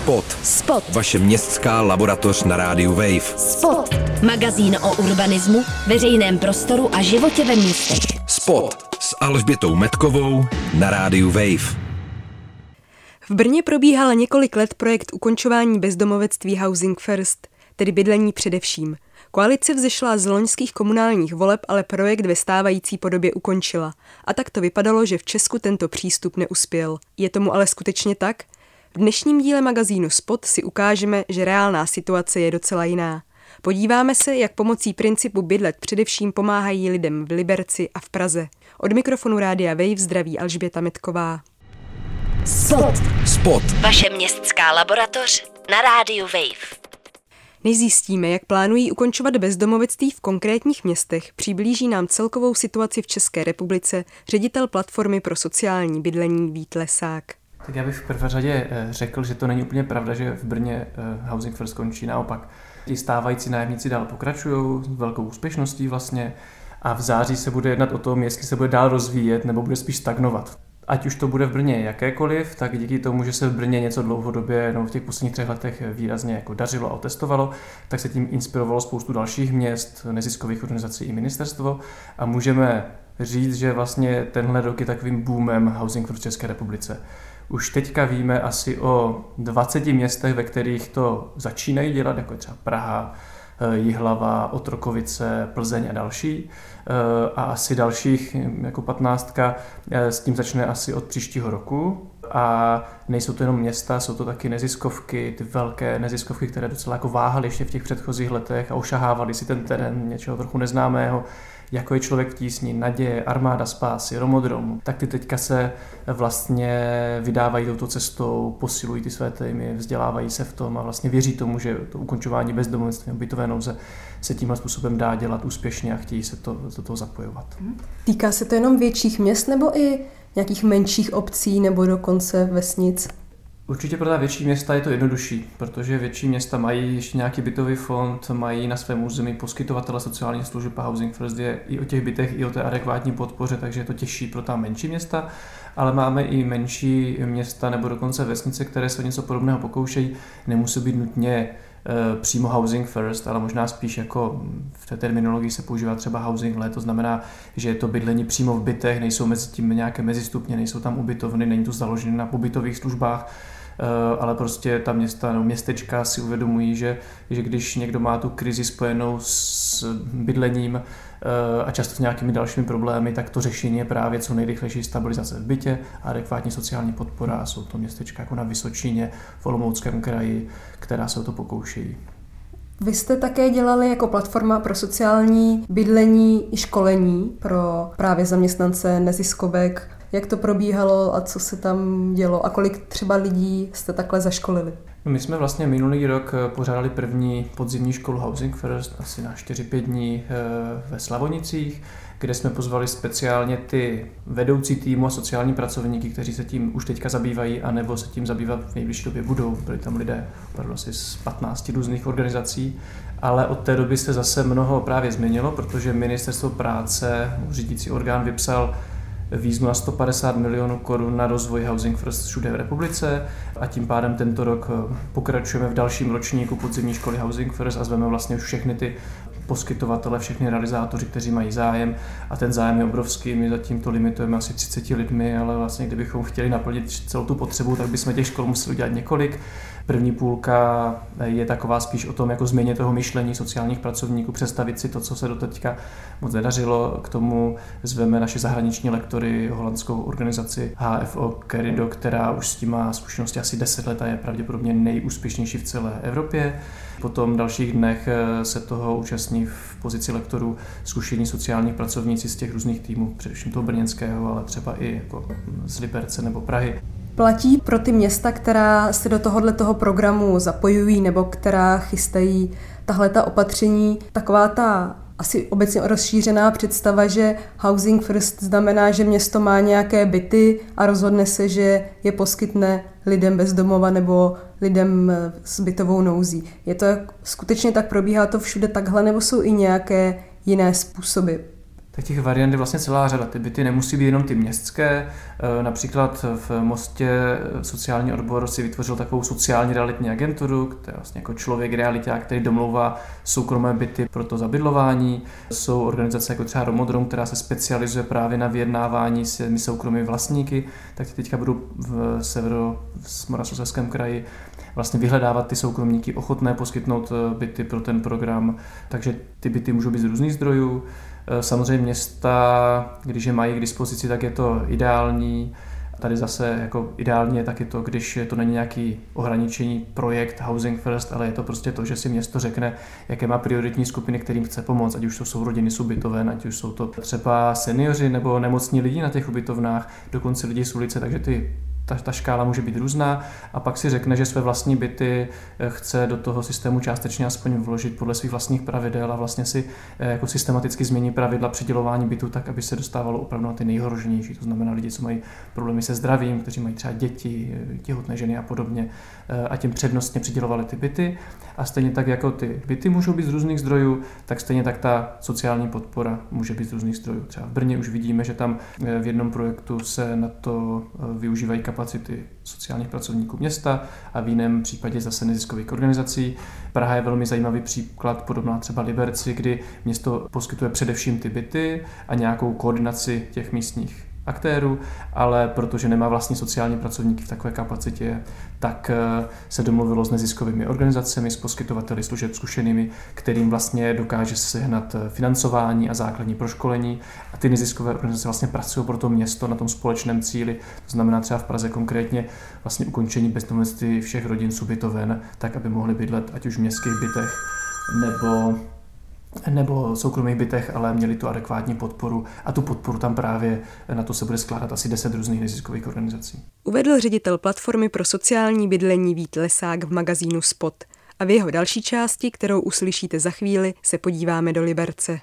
Spot. Vaše městská laboratoř na rádiu Wave. Spot. Magazín o urbanismu, veřejném prostoru a životě ve městech. Spot s Alžbětou Metkovou na rádiu Wave. V Brně probíhal několik let projekt ukončování bezdomovectví Housing First, tedy bydlení především. Koalice vzešla z loňských komunálních voleb, ale projekt ve stávající podobě ukončila. A tak to vypadalo, že v Česku tento přístup neuspěl. Je tomu ale skutečně tak? V dnešním díle magazínu Spot si ukážeme, že reálná situace je docela jiná. Podíváme se, jak pomocí principu bydlet především pomáhají lidem v Liberci a v Praze. Od mikrofonu rádia Wave zdraví Alžběta Metková. Spot. Vaše městská laboratoř na rádiu Wave. Než zjistíme, jak plánují ukončovat bezdomovectví v konkrétních městech, přiblíží nám celkovou situaci v České republice ředitel platformy pro sociální bydlení Vít Lesák. Tak já bych v prvé řadě řekl, že to není úplně pravda, že v Brně Housing First končí. Naopak, ti stávající nájemníci dál pokračují s velkou úspěšností vlastně a v září se bude jednat o tom, jestli se bude dál rozvíjet nebo bude spíš stagnovat. Ať už to bude v Brně jakékoliv, tak díky tomu, že se v Brně něco dlouhodobě, v těch posledních 3 letech výrazně jako dařilo a otestovalo, tak se tím inspirovalo spoustu dalších měst, neziskových organizací i ministerstvo a můžeme říct, že vlastně tenhle rok je takovým boomem Housing First v České republice. Už teďka víme asi o 20 městech, ve kterých to začínají dělat, jako je třeba Praha, Jihlava, Otrokovice, Plzeň a další. A asi dalších jako 15 s tím začne asi od příštího roku. A nejsou to jenom města, jsou to taky neziskovky, ty velké neziskovky, které docela jako váhaly ještě v těch předchozích letech a ošahávaly si ten terén něčeho trochu neznámého, jako je Člověk v tísni, Naděje, Armáda spásy, Romodrom, tak ty teďka se vlastně vydávají touto cestou, posilují ty své týmy, vzdělávají se v tom a vlastně věří tomu, že to ukončování bezdomovectví a bytové nouze se tímhle způsobem dá dělat úspěšně a chtějí se do toho zapojovat. Týká se to jenom větších měst nebo i nějakých menších obcí nebo dokonce vesnic? Určitě pro ta větší města je to jednodušší, protože větší města mají ještě nějaký bytový fond, mají na svém území poskytovatele sociálních služeb a Housing First je i o těch bytech, i o té adekvátní podpoře, takže je to těžší pro ta menší města, ale máme i menší města nebo dokonce vesnice, které se o něco podobného pokoušejí, nemusí být nutně přímo Housing First, ale možná spíš jako v té terminologii se používá třeba Housing Let, to znamená, že je to bydlení přímo v bytech, nejsou mezi tím nějaké mezistupně, nejsou tam ubytovny, není to založené na pobytových službách, ale prostě ta města nebo městečka si uvědomují, že když někdo má tu krizi spojenou s bydlením a často s nějakými dalšími problémy, tak to řešení je právě co nejrychlejší stabilizace v bytě, adekvátní sociální podpora a jsou to městečka jako na Vysočině, v Olomouckém kraji, která se o to pokoušejí. Vy jste také dělali jako platforma pro sociální bydlení i školení pro právě zaměstnance neziskovek. Jak to probíhalo a co se tam dělo a kolik třeba lidí jste takhle zaškolili? My jsme vlastně minulý rok pořádali první podzimní školu Housing First asi na 4-5 dní ve Slavonicích, kde jsme pozvali speciálně ty vedoucí týmu a sociální pracovníky, kteří se tím už teďka zabývají, anebo se tím zabývat v nejbližší době budou. Byli tam lidé opravdu asi z 15 různých organizací, ale od té doby se zase mnoho právě změnilo, protože Ministerstvo práce, řídící orgán, vypsal výzvu na 150 milionů korun na rozvoj Housing First všude v republice a tím pádem tento rok pokračujeme v dalším ročníku podzimní školy Housing First a zveme vlastně už všechny ty poskytovatele, všechny realizátoři, kteří mají zájem a ten zájem je obrovský, my zatím to limitujeme asi 30 lidmi, ale vlastně kdybychom chtěli naplnit celou tu potřebu, tak bychom těch škol museli udělat několik. První půlka je taková spíš o tom, jako změně toho myšlení sociálních pracovníků, představit si to, co se doteďka moc nedařilo. K tomu zveme naše zahraniční lektory, holandskou organizaci HFO Carido, která už s tím má zkušenosti asi 10 let a je pravděpodobně nejúspěšnější v celé Evropě. Potom v dalších dnech se toho účastní v pozici lektorů zkušení sociálních pracovníci z těch různých týmů, především toho brněnského, ale třeba i jako z Liberce nebo Prahy. Platí pro ty města, která se do tohoto programu zapojují nebo která chystají tahleta opatření, taková ta asi obecně rozšířená představa, že Housing First znamená, že město má nějaké byty a rozhodne se, že je poskytne lidem bez domova nebo lidem s bytovou nouzí. Je to skutečně tak, probíhá to všude takhle, nebo jsou i nějaké jiné způsoby? Tak těch variant je vlastně celá řada. Ty byty nemusí být jenom ty městské, Například v Mostě sociální odbor si vytvořil takovou sociální realitní agenturu, která vlastně jako člověk realiták, který domlouvá soukromé byty pro to zabydlování. Jsou organizace jako třeba Romodrom, která se specializuje právě na vyjednávání s těmi soukromými vlastníky, tak teďka budu v Moravskoslezském kraji vlastně vyhledávat ty soukromníky ochotné poskytnout byty pro ten program, takže ty byty můžou být z různých zdrojů. Samozřejmě města, když je mají k dispozici, tak je to ideální. Tady zase jako ideálně tak je to, když to není nějaký ohraničení projekt Housing First, ale je to prostě to, že si město řekne, jaké má prioritní skupiny, kterým chce pomoct, ať už to jsou rodiny z ubytoven, ať už jsou to třeba seniori nebo nemocní lidi na těch ubytovnách, dokonce lidi z ulice, takže ta škála může být různá a pak si řekne, že své vlastní byty chce do toho systému částečně aspoň vložit podle svých vlastních pravidel a vlastně si jako systematicky změní pravidla přidělování bytů tak, aby se dostávalo opravdu na ty nejhroženější, to znamená lidi, co mají problémy se zdravím, kteří mají třeba děti, těhotné ženy a podobně a tím přednostně přidělovali ty byty a stejně tak jako ty byty můžou být z různých zdrojů, tak stejně tak ta sociální podpora může být z různých zdrojů. Třeba v Brně už vidíme, že tam v jednom projektu se na to využívají kapacity sociálních pracovníků města a v jiném případě zase neziskových organizací. Praha je velmi zajímavý příklad, podobná třeba Liberci, kdy město poskytuje především ty byty a nějakou koordinaci těch místních aktérů, ale protože nemá vlastní sociální pracovníky v takové kapacitě, tak se domluvilo s neziskovými organizacemi, s poskytovateli služeb zkušenými, kterým vlastně dokáže sehnat financování a základní proškolení. A ty neziskové organizace vlastně pracují pro to město na tom společném cíli. To znamená třeba v Praze konkrétně vlastně ukončení bezdomovectví všech rodin z ubytoven, tak aby mohli bydlet ať už v městských bytech nebo soukromých bytech, ale měli tu adekvátní podporu a tu podporu tam právě na to se bude skládat asi 10 různých neziskových organizací. Uvedl ředitel platformy pro sociální bydlení Vít Lesák v magazínu Spot. A v jeho další části, kterou uslyšíte za chvíli, se podíváme do Liberce.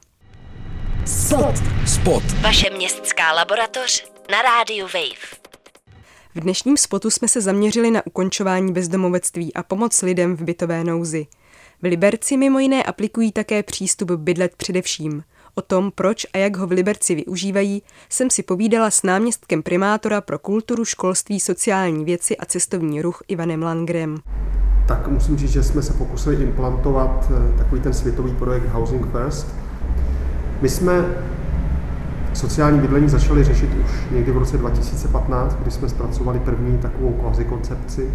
Spot. Vaše městská laboratoř na rádiu Wave. V dnešním spotu jsme se zaměřili na ukončování bezdomovectví a pomoc lidem v bytové nouzi. V Liberci mimo jiné aplikují také přístup bydlet především. O tom, proč a jak ho v Liberci využívají, jsem si povídala s náměstkem primátora pro kulturu, školství, sociální věci a cestovní ruch Ivanem Langrem. Tak musím říct, že jsme se pokusili implantovat takový ten světový projekt Housing First. My jsme sociální bydlení začali řešit už někdy v roce 2015, kdy jsme zpracovali první takovou kvazikoncepci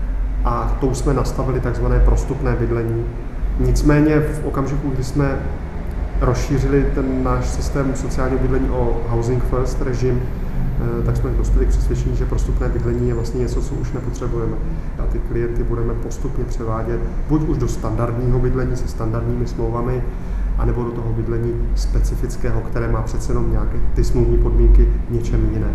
a tou jsme nastavili takzvané prostupné bydlení. Nicméně v okamžiku, kdy jsme rozšířili ten náš systém sociálního bydlení o Housing First režim, tak jsme dospěli k přesvědčení, že prostupné bydlení je vlastně něco, co už nepotřebujeme. A ty klienty budeme postupně převádět buď už do standardního bydlení se standardními smlouvami, anebo do toho bydlení specifického, které má přece jenom nějaké ty smluvní podmínky v něčem jiné.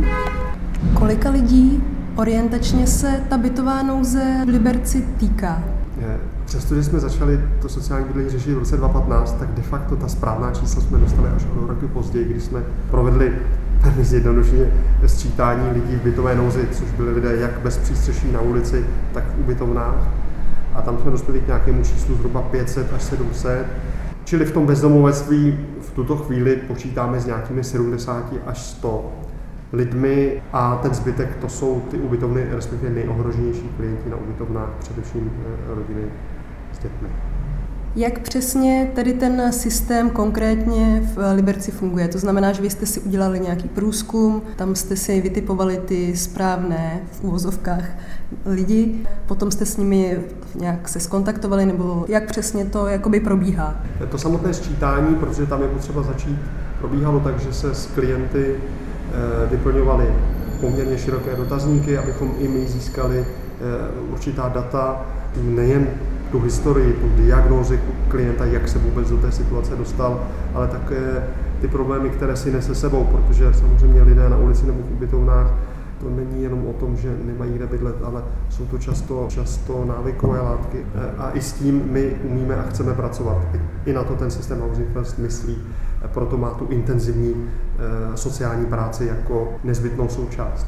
Kolika lidí orientačně se ta bytová nouze v Liberci týká? Přestože jsme začali to sociální bydlení řešit v roce 2015, tak de facto ta správná čísla jsme dostali až o roky později, kdy jsme provedli velmi zjednodušeně sčítání lidí v bytové nouzi, což byli lidé jak bez přístřeší na ulici, tak v ubytovnách. A tam jsme dospěli k nějakému číslu zhruba 500 až 700. Čili v tom bezdomovectví v tuto chvíli počítáme s nějakými 70 až 100 lidmi a ten zbytek to jsou ty ubytovny, respektive nejohroženější klienti na ubytovnách, především rodiny s dětmi. Jak přesně tedy ten systém konkrétně v Liberci funguje? To znamená, že vy jste si udělali nějaký průzkum, tam jste si vytipovali ty správné v uvozovkách lidi, potom jste s nimi nějak se skontaktovali, nebo jak přesně to jakoby probíhá? To samotné sčítání, protože tam je potřeba začít, probíhalo tak, že se s klienty vyplňovaly poměrně široké dotazníky, abychom i my získali určitá data, nejen tu historii, tu diagnózi klienta, jak se vůbec do té situace dostal, ale také ty problémy, které si nese sebou, protože samozřejmě lidé na ulici nebo v ubytovnách, to není jenom o tom, že nemají kde bydlet, ale jsou to často návykové látky a i s tím my umíme a chceme pracovat. I na to ten systém Housing First myslí, proto má tu intenzivní sociální práci jako nezbytnou součást.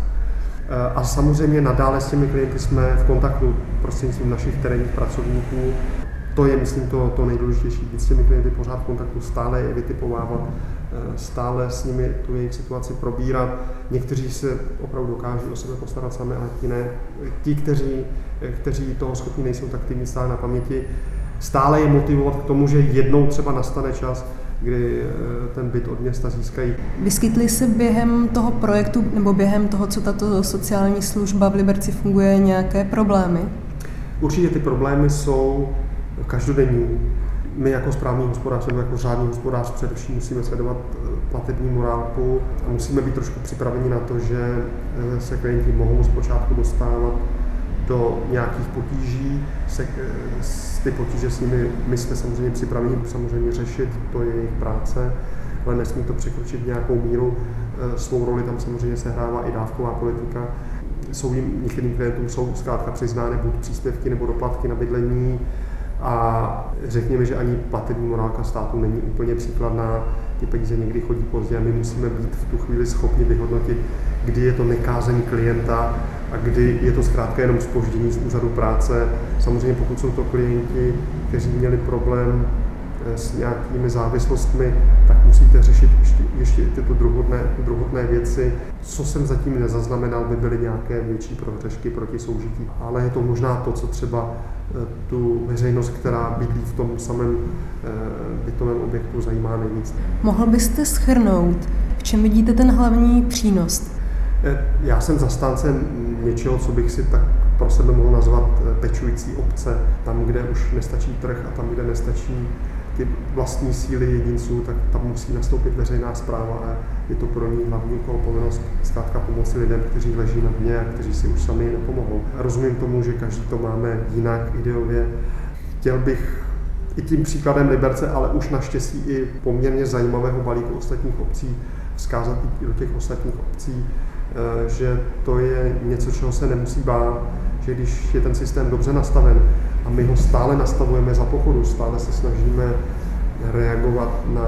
A samozřejmě nadále s těmi klienty jsme v kontaktu prostřednictvím našich terénních pracovníků. To je, myslím, to nejdůležitější, být s těmi klienty pořád v kontaktu, stále je vytipovávat, stále s nimi tu jejich situaci probírat. Někteří se opravdu dokáží o sebe postarat sami, ale ti ne. Ti, kteří toho schopní nejsou, tak ty mít stále na paměti. Stále je motivovat k tomu, že jednou třeba nastane čas, kdy ten byt od města získají. Vyskytly se během toho projektu nebo během toho, co tato sociální služba v Liberci funguje, nějaké problémy? Určitě ty problémy jsou každodenní. My jako správný hospodář nebo jako řádný hospodář především musíme sledovat platební morálku a musíme být trošku připraveni na to, že se klienti mohou zpočátku dostávat do nějakých potíží. Ty potíže s nimi my jsme samozřejmě připraveni samozřejmě řešit, to je jejich práce, ale nesmí to překročit nějakou míru. Svou roli tam samozřejmě sehrává i dávková politika. Některým klientům jsou zkrátka přiznány buď příspěvky nebo doplatky na bydlení a řekněme, že ani platební morálka státu není úplně příkladná. Ty peníze někdy chodí pozdě a my musíme být v tu chvíli schopni vyhodnotit, kdy je to nekázení klienta a kdy je to zkrátka jenom zpoždění z úřadu práce. Samozřejmě pokud jsou to klienti, kteří měli problém s nějakými závislostmi, tak musíte řešit ještě tyto druhotné věci. Co jsem zatím nezaznamenal, by byly nějaké větší prohřešky proti soužití. Ale je to možná to, co třeba tu veřejnost, která bydlí v tom samém bytovém objektu, zajímá nejvíc. Mohl byste shrnout, v čem vidíte ten hlavní přínos? Já jsem zastáncem něčeho, co bych si tak pro sebe mohl nazvat pečující obce. Tam, kde už nestačí trh a tam, kde nestačí ty vlastní síly jedinců, tak tam musí nastoupit veřejná správa a je to pro ní hlavní úkol, povinnost zkrátka pomoci lidem, kteří leží na dně a kteří si už sami nepomohou. Rozumím tomu, že každý to máme jinak ideově. Chtěl bych i tím příkladem Liberce, ale už naštěstí i poměrně zajímavého balíku ostatních obcí vzkázat i do těch ostatních obcí, že to je něco, čeho se nemusí bát, že když je ten systém dobře nastaven a my ho stále nastavujeme za pochodu, stále se snažíme reagovat na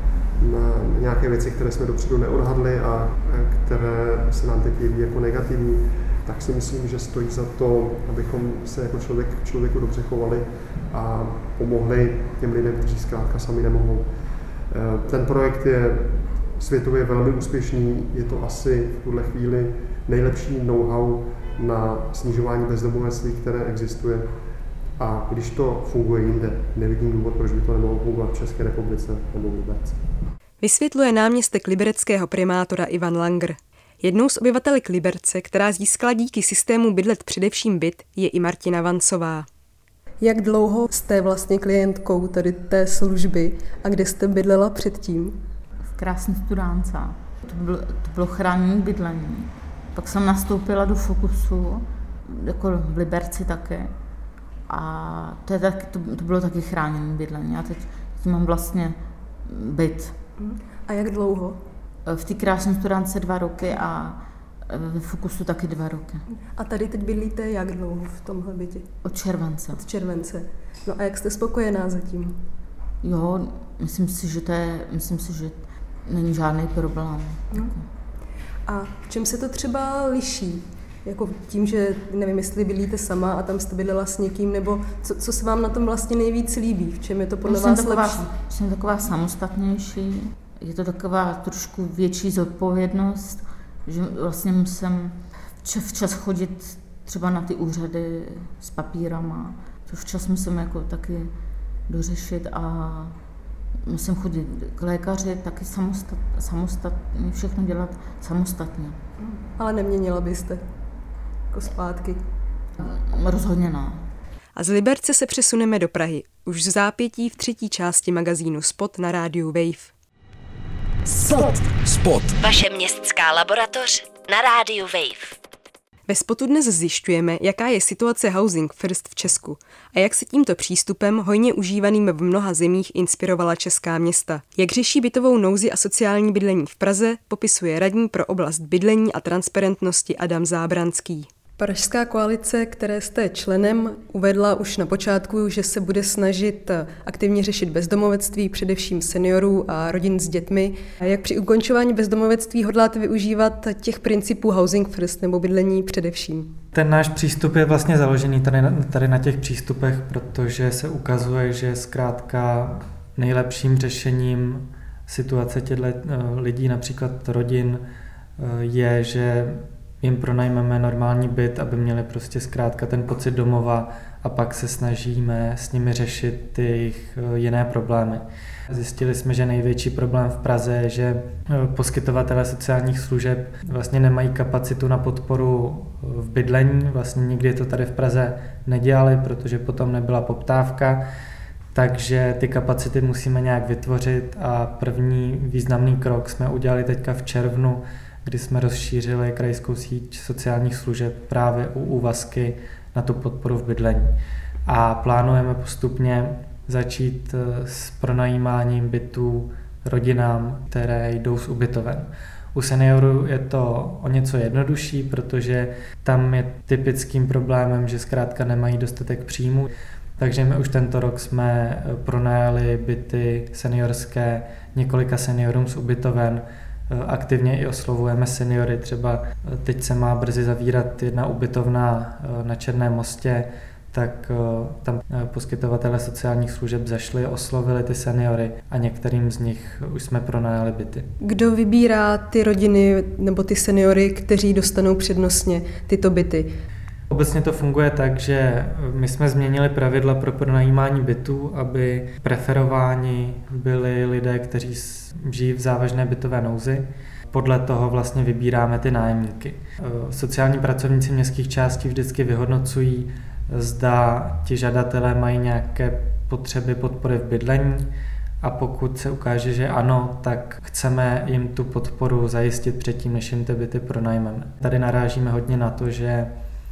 nějaké věci, které jsme dopředu neodhadli a které se nám teď jeví jako negativní, tak si myslím, že stojí za to, abychom se jako člověk k člověku dobře chovali a pomohli těm lidem, kteří zkrátka sami nemohou. Ten projekt je světově velmi úspěšný, je to asi v tuhle chvíli nejlepší know-how na snižování bezdomovectví, které existuje. A když to funguje jinde, nevidím důvod, proč by to nemohlo fungovat v České republice nebo v Liberci. Vysvětluje náměstek libereckého primátora Ivan Langer. Jednou z obyvatelek Liberce, která získala díky systému bydlet především byt, je i Martina Vancová. Jak dlouho jste vlastně klientkou tady té služby a kde jste bydlela předtím? V Krásné Studánce. To bylo chráněné bydlení. Pak jsem nastoupila do Fokusu, jako v Liberci také. A to bylo taky chráněné bydlení. A teď mám vlastně byt. A jak dlouho? V té Krásné Studánce 2 roky a ve Fokusu taky 2 roky. A tady teď bydlíte jak dlouho v tomhle bytě? Od července. Od července. No a jak jste spokojená zatím? Jo, myslím si, že není žádný problém. No. A v čem se to třeba liší? Jako tím, že nevím, jestli bydlíte sama a tam jste bydlela s někým, nebo co se vám na tom vlastně nejvíc líbí? V čem je to podle vás lepší? Jsem taková samostatnější, je to taková trošku větší zodpovědnost, že vlastně musím včas chodit třeba na ty úřady s papírama, to včas musím jako taky dořešit a musím chodit k lékaři taky samostatně, všechno dělat samostatně. Ale neměnila byste jako zpátky? Rozhodně ne. A z Liberce se přesuneme do Prahy, už v zápětí v 3. části magazínu Spot na rádiu Wave. Spot. Vaše městská laboratoř na rádiu Wave. Ve Spotu dnes zjišťujeme, jaká je situace Housing First v Česku a jak se tímto přístupem, hojně užívaným v mnoha zemích, inspirovala česká města. Jak řeší bytovou nouzi a sociální bydlení v Praze, popisuje radní pro oblast bydlení a transparentnosti Adam Zábranský. Pražská koalice, které jste členem, uvedla už na počátku, že se bude snažit aktivně řešit bezdomovectví, především seniorů a rodin s dětmi. Jak při ukončování bezdomovectví hodláte využívat těch principů Housing First nebo bydlení především? Ten náš přístup je vlastně založený tady na těch přístupech, protože se ukazuje, že zkrátka nejlepším řešením situace těchto lidí, například rodin, je, že jim pronajmeme normální byt, aby měli prostě zkrátka ten pocit domova a pak se snažíme s nimi řešit ty jejich jiné problémy. Zjistili jsme, že největší problém v Praze je, že poskytovatelé sociálních služeb vlastně nemají kapacitu na podporu v bydlení. Vlastně nikdy to tady v Praze nedělali, protože potom nebyla poptávka. Takže ty kapacity musíme nějak vytvořit a první významný krok jsme udělali teďka v červnu, kdy jsme rozšířili krajskou síť sociálních služeb právě u úvazky na tu podporu v bydlení. A plánujeme postupně začít s pronajímáním bytů rodinám, které jdou z ubytoven. U seniorů je to o něco jednodušší, protože tam je typickým problémem, že zkrátka nemají dostatek příjmů. Takže my už tento rok jsme pronajali byty seniorské několika seniorům z ubytoven. Aktivně i oslovujeme seniory, třeba teď se má brzy zavírat jedna ubytovna na Černém Mostě, tak tam poskytovatelé sociálních služeb zašli, oslovili ty seniory a některým z nich už jsme pronajali byty. Kdo vybírá ty rodiny nebo ty seniory, kteří dostanou přednostně tyto byty? Obecně to funguje tak, že my jsme změnili pravidla pro pronajímání bytů, aby preferováni byli lidé, kteří žijí v závažné bytové nouzi. Podle toho vlastně vybíráme ty nájemníky. Sociální pracovníci městských částí vždycky vyhodnocují, zda ti žadatelé mají nějaké potřeby podpory v bydlení a pokud se ukáže, že ano, tak chceme jim tu podporu zajistit předtím, než jim ty byty pronajmeme. Tady narážíme hodně na to, že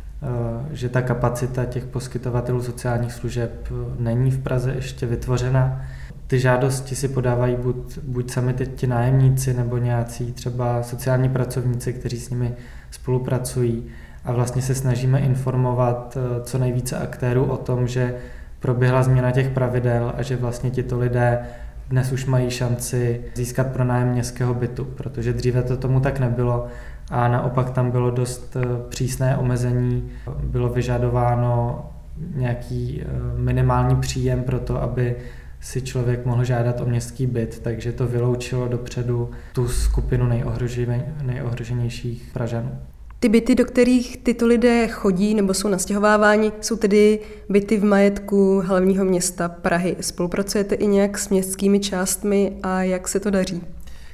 ta kapacita těch poskytovatelů sociálních služeb není v Praze ještě vytvořena. Ty žádosti si podávají buď sami ti nájemníci nebo nějací třeba sociální pracovníci, kteří s nimi spolupracují a vlastně se snažíme informovat co nejvíce aktérů o tom, že proběhla změna těch pravidel a že vlastně tito lidé dnes už mají šanci získat pronájem městského bytu, protože dříve to tomu tak nebylo a naopak tam bylo dost přísné omezení, bylo vyžadováno nějaký minimální příjem pro to, aby si člověk mohl žádat o městský byt, takže to vyloučilo dopředu tu skupinu nejohroženějších Pražanů. Ty byty, do kterých tyto lidé chodí nebo jsou nastěhováváni, jsou tedy byty v majetku hlavního města Prahy. Spolupracujete i nějak s městskými částmi a jak se to daří?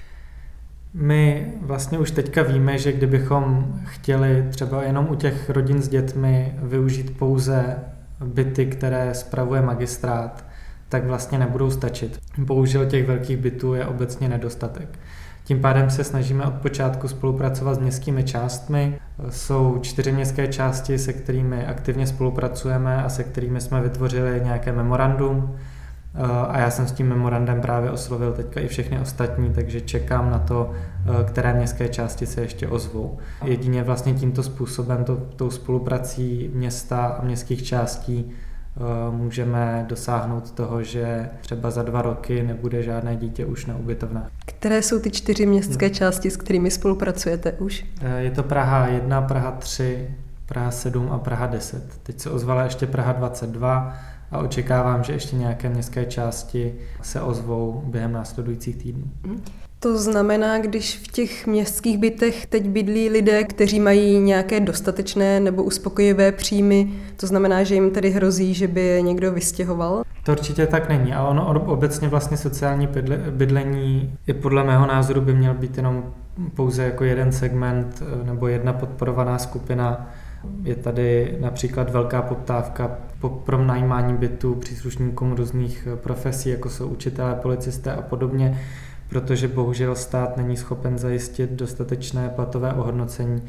My vlastně už teďka víme, že kdybychom chtěli třeba jenom u těch rodin s dětmi využít pouze byty, které spravuje magistrát, tak vlastně nebudou stačit. Bohužel těch velkých bytů je obecně nedostatek. Tím pádem se snažíme od počátku spolupracovat s městskými částmi. Jsou 4 městské části, se kterými aktivně spolupracujeme a se kterými jsme vytvořili nějaké memorandum. A já jsem s tím memorandem právě oslovil teďka i všechny ostatní, takže čekám na to, které městské části se ještě ozvou. Jedině vlastně tímto způsobem, tou spoluprací města a městských částí můžeme dosáhnout toho, že třeba za 2 roky nebude žádné dítě už na ubytovnách. Které jsou ty 4 městské části, s kterými spolupracujete už? Je to Praha 1, Praha 3, Praha 7 a Praha 10. Teď se ozvala ještě Praha 22 a očekávám, že ještě nějaké městské části se ozvou během následujících týdnů. To znamená, když v těch městských bytech teď bydlí lidé, kteří mají nějaké dostatečné nebo uspokojivé příjmy, to znamená, že jim tedy hrozí, že by je někdo vystěhoval? To určitě tak není, ale ono obecně vlastně sociální bydlení i podle mého názoru by měl být jenom pouze jako jeden segment nebo jedna podporovaná skupina. Je tady například velká poptávka po pronajímání bytů příslušníkům různých profesí, jako jsou učitelé, policisté a podobně, protože bohužel stát není schopen zajistit dostatečné platové ohodnocení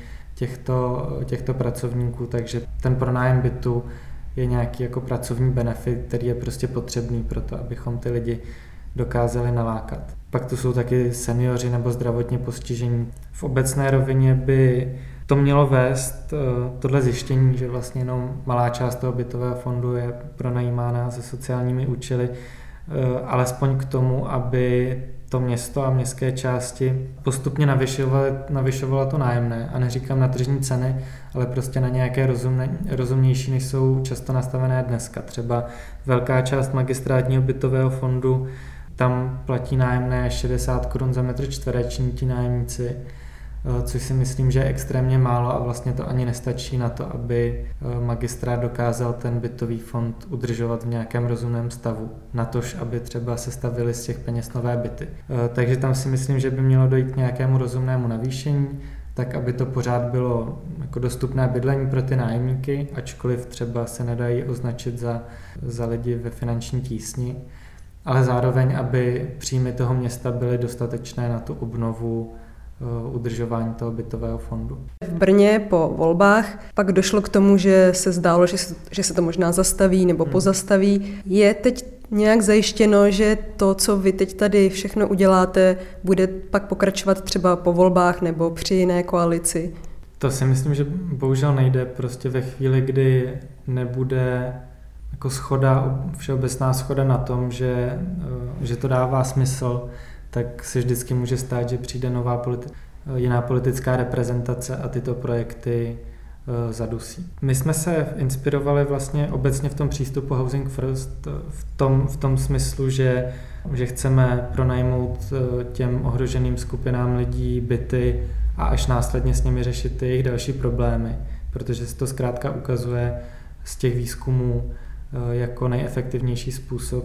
těchto pracovníků, takže ten pronájem bytu je nějaký jako pracovní benefit, který je prostě potřebný pro to, abychom ty lidi dokázali nalákat. Pak tu jsou taky seniori nebo zdravotně postižení. V obecné rovině by to mělo vést tohle zjištění, že vlastně jenom malá část toho bytového fondu je pronajímána se sociálními účely, alespoň k tomu, aby to město a městské části postupně navyšovala to nájemné. A neříkám na tržní ceny, ale prostě na nějaké rozumnější, než jsou často nastavené dneska. Třeba velká část magistrátního bytového fondu Tam platí nájemné 60 korun za metr čtvereční ti nájemníci, což si myslím, že je extrémně málo a vlastně to ani nestačí na to, aby magistrát dokázal ten bytový fond udržovat v nějakém rozumném stavu, natož aby třeba se stavily z těch peněz nové byty. Takže tam si myslím, že by mělo dojít k nějakému rozumnému navýšení, tak aby to pořád bylo jako dostupné bydlení pro ty nájemníky, ačkoliv třeba se nedají označit za lidi ve finanční tísni, ale zároveň, aby příjmy toho města byly dostatečné na tu obnovu udržování toho bytového fondu. V Brně po volbách pak došlo k tomu, že se zdálo, že se to možná zastaví nebo pozastaví. Je teď nějak zajištěno, že to, co vy teď tady všechno uděláte, bude pak pokračovat třeba po volbách nebo při jiné koalici? To si myslím, že bohužel nejde. Prostě ve chvíli, kdy nebude jako všeobecná shoda na tom, že to dává smysl, tak se vždycky může stát, že přijde jiná politická reprezentace a tyto projekty zadusí. My jsme se inspirovali vlastně obecně v tom přístupu Housing First v tom smyslu, že chceme pronajmout těm ohroženým skupinám lidí byty a až následně s nimi řešit ty jejich další problémy, protože se to zkrátka ukazuje z těch výzkumů jako nejefektivnější způsob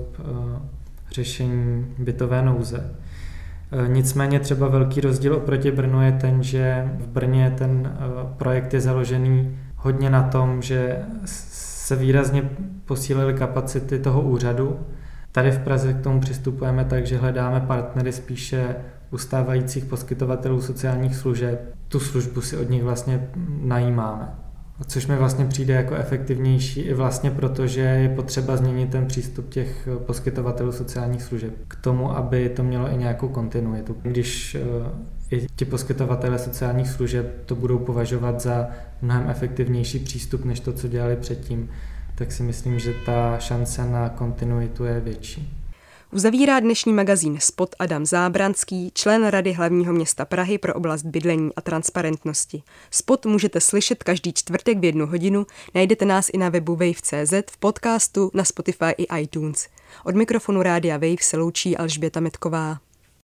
řešení bytové nouze. Nicméně třeba velký rozdíl oproti Brnu je ten, že v Brně ten projekt je založený hodně na tom, že se výrazně posílily kapacity toho úřadu. Tady v Praze k tomu přistupujeme tak, že hledáme partnery spíše u stávajících poskytovatelů sociálních služeb. Tu službu si od nich vlastně najímáme. Což mi vlastně přijde jako efektivnější i vlastně proto, že je potřeba změnit ten přístup těch poskytovatelů sociálních služeb k tomu, aby to mělo i nějakou kontinuitu. Když i ti poskytovatelé sociálních služeb to budou považovat za mnohem efektivnější přístup, než to, co dělali předtím, tak si myslím, že ta šance na kontinuitu je větší. Uzavírá dnešní magazín Spot Adam Zábranský, člen Rady hlavního města Prahy pro oblast bydlení a transparentnosti. Spot můžete slyšet každý čtvrtek v 1 hodinu, najdete nás i na webu Wave.cz, v podcastu, na Spotify i iTunes. Od mikrofonu Rádia Wave se loučí Alžběta Metková.